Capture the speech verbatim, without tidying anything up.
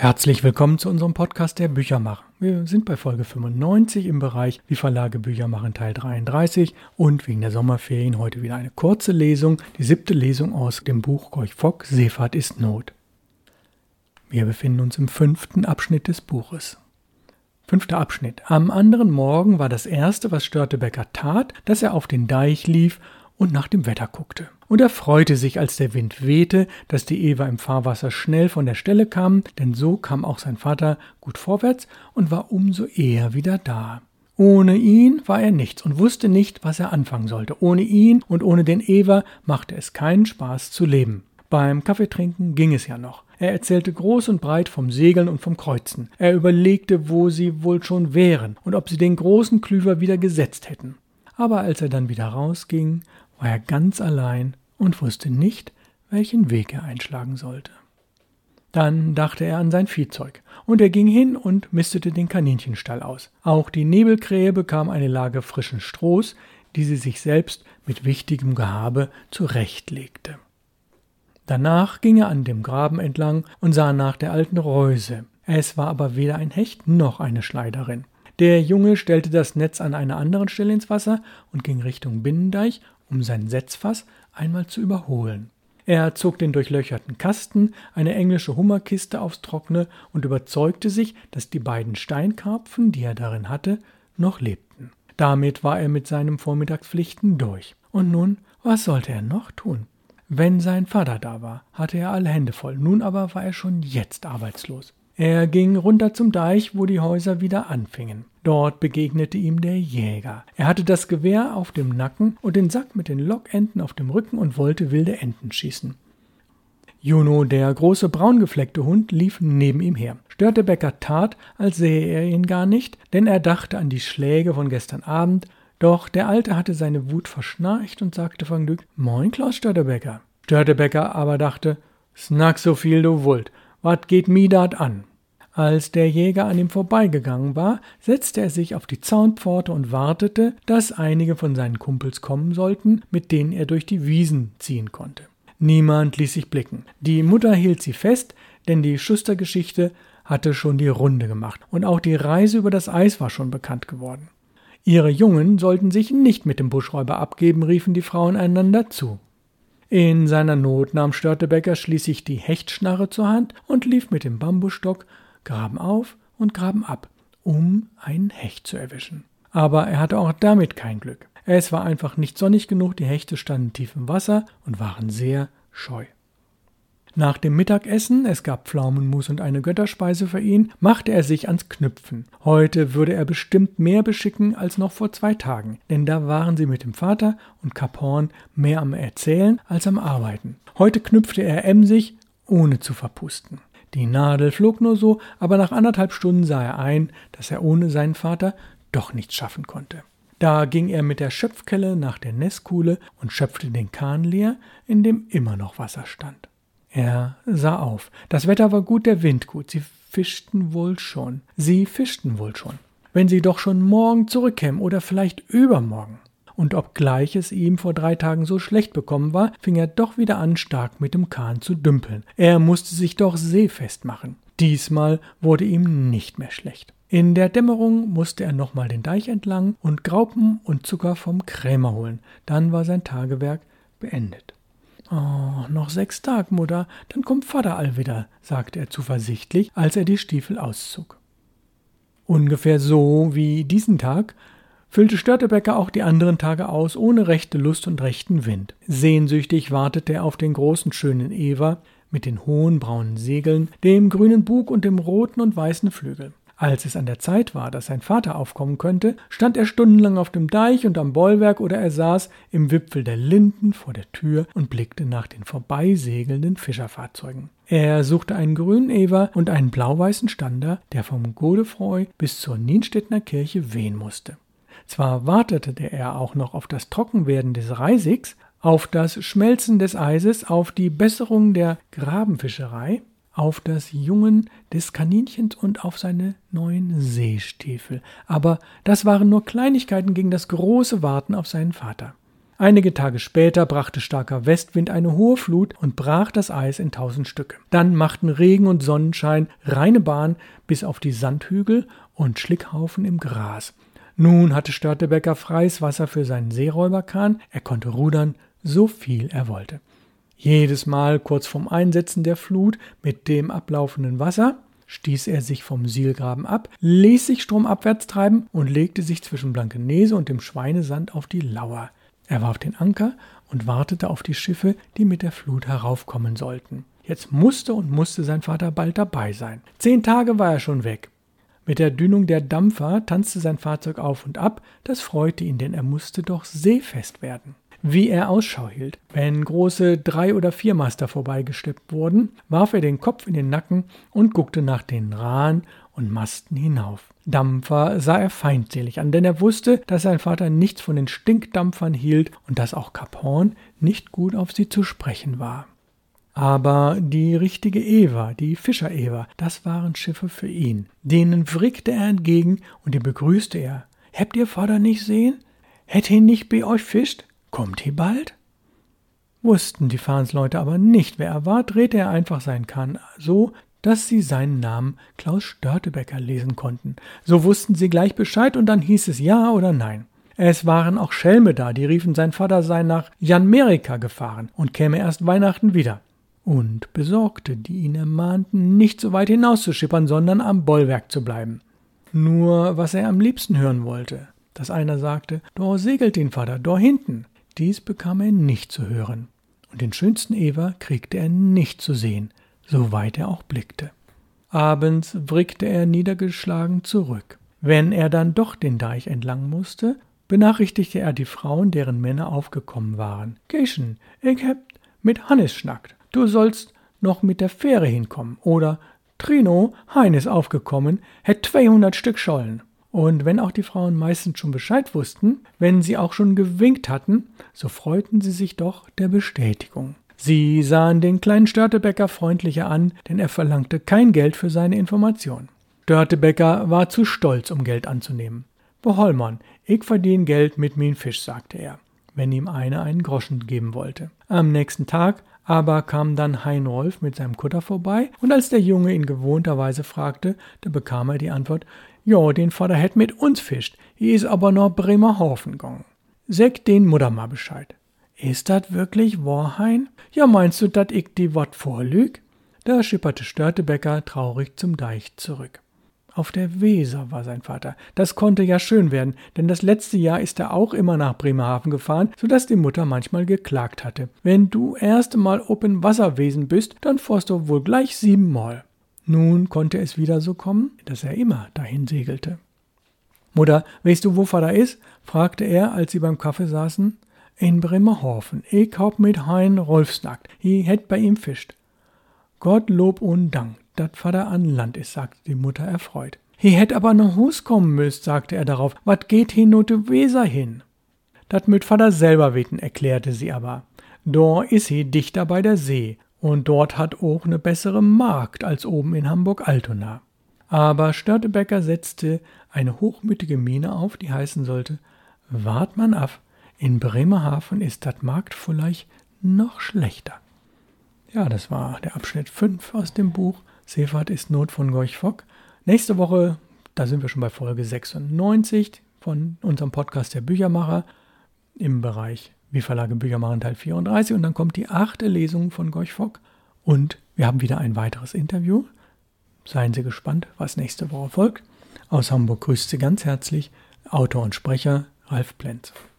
Herzlich willkommen zu unserem Podcast der Büchermacher. Wir sind bei Folge fünfundneunzig im Bereich Wie Verlage Bücher machen Teil dreiunddreißig und wegen der Sommerferien heute wieder eine kurze Lesung, die siebte Lesung aus dem Buch Gorch Fock, Seefahrt ist Not. Wir befinden uns im fünften Abschnitt des Buches. Fünfter Abschnitt. Am anderen Morgen war das Erste, was Störtebeker tat, dass er auf den Deich lief und nach dem Wetter guckte. Und er freute sich, als der Wind wehte, dass die Ewer im Fahrwasser schnell von der Stelle kamen, denn so kam auch sein Vater gut vorwärts und war umso eher wieder da. Ohne ihn war er nichts und wusste nicht, was er anfangen sollte. Ohne ihn und ohne den Ewer machte es keinen Spaß zu leben. Beim Kaffeetrinken ging es ja noch. Er erzählte groß und breit vom Segeln und vom Kreuzen. Er überlegte, wo sie wohl schon wären und ob sie den großen Klüver wieder gesetzt hätten. Aber als er dann wieder rausging, war er ganz allein und wusste nicht, welchen Weg er einschlagen sollte. Dann dachte er an sein Viehzeug, und er ging hin und mistete den Kaninchenstall aus. Auch die Nebelkrähe bekam eine Lage frischen Strohs, die sie sich selbst mit wichtigem Gehabe zurechtlegte. Danach ging er an dem Graben entlang und sah nach der alten Reuse. Es war aber weder ein Hecht noch eine Schlei darin. Der Junge stellte das Netz an einer anderen Stelle ins Wasser und ging Richtung Binnendeich, um sein Setzfass einmal zu überholen. Er zog den durchlöcherten Kasten, eine englische Hummerkiste aufs Trockene und überzeugte sich, dass die beiden Steinkarpfen, die er darin hatte, noch lebten. Damit war er mit seinen Vormittagspflichten durch. Und nun, was sollte er noch tun? Wenn sein Vater da war, hatte er alle Hände voll, nun aber war er schon jetzt arbeitslos. Er ging runter zum Deich, wo die Häuser wieder anfingen. Dort begegnete ihm der Jäger. Er hatte das Gewehr auf dem Nacken und den Sack mit den Lockenten auf dem Rücken und wollte wilde Enten schießen. Juno, der große braungefleckte Hund, lief neben ihm her. Störtebeker tat, als sähe er ihn gar nicht, denn er dachte an die Schläge von gestern Abend. Doch der Alte hatte seine Wut verschnarcht und sagte von Glück: »Moin, Klaus Störtebeker.« Störtebeker aber dachte: »Snack so viel du wollt. Wat geht mi dat an?« Als der Jäger an ihm vorbeigegangen war, setzte er sich auf die Zaunpforte und wartete, dass einige von seinen Kumpels kommen sollten, mit denen er durch die Wiesen ziehen konnte. Niemand ließ sich blicken. Die Mutter hielt sie fest, denn die Schustergeschichte hatte schon die Runde gemacht und auch die Reise über das Eis war schon bekannt geworden. Ihre Jungen sollten sich nicht mit dem Buschräuber abgeben, riefen die Frauen einander zu. In seiner Not nahm Störtebeker schließlich die Hechtschnarre zur Hand und lief mit dem Bambusstock Graben auf und Graben ab, um einen Hecht zu erwischen. Aber er hatte auch damit kein Glück. Es war einfach nicht sonnig genug, die Hechte standen tief im Wasser und waren sehr scheu. Nach dem Mittagessen, es gab Pflaumenmus und eine Götterspeise für ihn, machte er sich ans Knüpfen. Heute würde er bestimmt mehr beschicken als noch vor zwei Tagen, denn da waren sie mit dem Vater und Kap Horn mehr am Erzählen als am Arbeiten. Heute knüpfte er emsig, ohne zu verpusten. Die Nadel flog nur so, aber nach anderthalb Stunden sah er ein, dass er ohne seinen Vater doch nichts schaffen konnte. Da ging er mit der Schöpfkelle nach der Nesskuhle und schöpfte den Kahn leer, in dem immer noch Wasser stand. Er sah auf. Das Wetter war gut, der Wind gut. Sie fischten wohl schon. Sie fischten wohl schon. Wenn sie doch schon morgen zurückkämen oder vielleicht übermorgen. Und obgleich es ihm vor drei Tagen so schlecht bekommen war, fing er doch wieder an, stark mit dem Kahn zu dümpeln. Er musste sich doch seefest machen. Diesmal wurde ihm nicht mehr schlecht. In der Dämmerung musste er nochmal den Deich entlang und Graupen und Zucker vom Krämer holen. Dann war sein Tagewerk beendet. »Oh, noch sechs Tag, Mutter, dann kommt Vater all wieder«, sagte er zuversichtlich, als er die Stiefel auszog. Ungefähr so wie diesen Tag füllte Störtebeker auch die anderen Tage aus, ohne rechte Lust und rechten Wind. Sehnsüchtig wartete er auf den großen, schönen Ewer mit den hohen, braunen Segeln, dem grünen Bug und dem roten und weißen Flügel. Als es an der Zeit war, dass sein Vater aufkommen könnte, stand er stundenlang auf dem Deich und am Bollwerk oder er saß im Wipfel der Linden vor der Tür und blickte nach den vorbeisegelnden Fischerfahrzeugen. Er suchte einen grünen Ewer und einen blau-weißen Stander, der vom Godefroy bis zur Nienstedtner Kirche wehen musste. Zwar wartete er auch noch auf das Trockenwerden des Reisigs, auf das Schmelzen des Eises, auf die Besserung der Grabenfischerei, auf das Jungen des Kaninchens und auf seine neuen Seestiefel. Aber das waren nur Kleinigkeiten gegen das große Warten auf seinen Vater. Einige Tage später brachte starker Westwind eine hohe Flut und brach das Eis in tausend Stücke. Dann machten Regen und Sonnenschein reine Bahn bis auf die Sandhügel und Schlickhaufen im Gras. Nun hatte Störtebeker freies Wasser für seinen Seeräuberkahn, er konnte rudern, so viel er wollte. Jedes Mal kurz vorm Einsetzen der Flut mit dem ablaufenden Wasser stieß er sich vom Sihlgraben ab, ließ sich stromabwärts treiben und legte sich zwischen Blankenese und dem Schweinesand auf die Lauer. Er warf den Anker und wartete auf die Schiffe, die mit der Flut heraufkommen sollten. Jetzt musste und musste sein Vater bald dabei sein. Zehn Tage war er schon weg. Mit der Dünung der Dampfer tanzte sein Fahrzeug auf und ab, das freute ihn, denn er musste doch seefest werden. Wie er Ausschau hielt. Wenn große Drei- oder Viermaster vorbeigeschleppt wurden, warf er den Kopf in den Nacken und guckte nach den Rahen und Masten hinauf. Dampfer sah er feindselig an, denn er wusste, dass sein Vater nichts von den Stinkdampfern hielt und dass auch Kap Horn nicht gut auf sie zu sprechen war. Aber die richtige Ewer, die Fischer-Ewer, das waren Schiffe für ihn. Denen wrickte er entgegen und die begrüßte er. »Habt ihr Vater nicht sehen? Hätt ihn nicht bei euch fischt? Kommt ihr bald?« Wussten die Fahnsleute aber nicht, wer er war, drehte er einfach seinen Kahn so, dass sie seinen Namen Klaus Störtebeker lesen konnten. So wussten sie gleich Bescheid und dann hieß es ja oder nein. Es waren auch Schelme da, die riefen, sein Vater sei nach Janmerika gefahren und käme erst Weihnachten wieder. Und Besorgte, die ihn ermahnten, nicht so weit hinauszuschippern, sondern am Bollwerk zu bleiben. Nur was er am liebsten hören wollte, dass einer sagte, »Dor segelt den Vater, dor hinten.« Dies bekam er nicht zu hören. Und den schönsten Ewer kriegte er nicht zu sehen, soweit er auch blickte. Abends wrickte er niedergeschlagen zurück. Wenn er dann doch den Deich entlang musste, benachrichtigte er die Frauen, deren Männer aufgekommen waren. »Geschen, ich heb mit Hannes schnackt. Du sollst noch mit der Fähre hinkommen.« Oder »Trino, Hein ist aufgekommen, hätt zweihundert Stück Schollen.« Und wenn auch die Frauen meistens schon Bescheid wussten, wenn sie auch schon gewinkt hatten, so freuten sie sich doch der Bestätigung. Sie sahen den kleinen Störtebeker freundlicher an, denn er verlangte kein Geld für seine Information. Störtebeker war zu stolz, um Geld anzunehmen. »Behollmann, ich verdien Geld mit min Fisch«, sagte er, wenn ihm einer einen Groschen geben wollte. Am nächsten Tag aber kam dann Hein Rolf mit seinem Kutter vorbei, und als der Junge in gewohnter Weise fragte, da bekam er die Antwort, »Jo, den Vater hätt mit uns fischt, hier is aber noch Bremerhaven gegangen. Säg den Mutter mal Bescheid.« »Ist dat wirklich wahr, Hein? Ja, meinst du, dat ich die wat vorlüg?« Da schipperte Störtebeker traurig zum Deich zurück. Auf der Weser war sein Vater. Das konnte ja schön werden, denn das letzte Jahr ist er auch immer nach Bremerhaven gefahren, sodass die Mutter manchmal geklagt hatte. »Wenn du erst mal ob in Wasserwesen bist, dann fährst du wohl gleich siebenmal.« Nun konnte es wieder so kommen, dass er immer dahin segelte. »Mutter, weißt du, wo Vater ist?« fragte er, als sie beim Kaffee saßen. »In Bremerhaven. Ich hab mit Hein Rolf snackt. Hi hätt bei ihm fischt.« »Gottlob und Dank, dat Vater an Land ist«, sagte die Mutter erfreut. »Hi hätt aber noch Hus kommen müsst«, sagte er darauf. »Wat geht hin no de Weser hin?« »Dat müt Vater selber weten«, erklärte sie aber. »Dor is hi dichter bei der See. Und dort hat auch ne bessere Markt als oben in Hamburg-Altona.« Aber Störtebeker setzte eine hochmütige Miene auf, die heißen sollte, »Wart man ab, in Bremerhaven ist dat Markt vielleicht noch schlechter.« Ja, das war der Abschnitt fünf aus dem Buch Seefahrt ist Not von Gorch Fock. Nächste Woche, da sind wir schon bei Folge sechsundneunzig von unserem Podcast der Büchermacher im Bereich Wie Verlage Bücher machen Teil vierunddreißig, und dann kommt die achte Lesung von Gorch Fock und wir haben wieder ein weiteres Interview. Seien Sie gespannt, was nächste Woche folgt. Aus Hamburg grüßt Sie ganz herzlich Autor und Sprecher Ralf Plenz.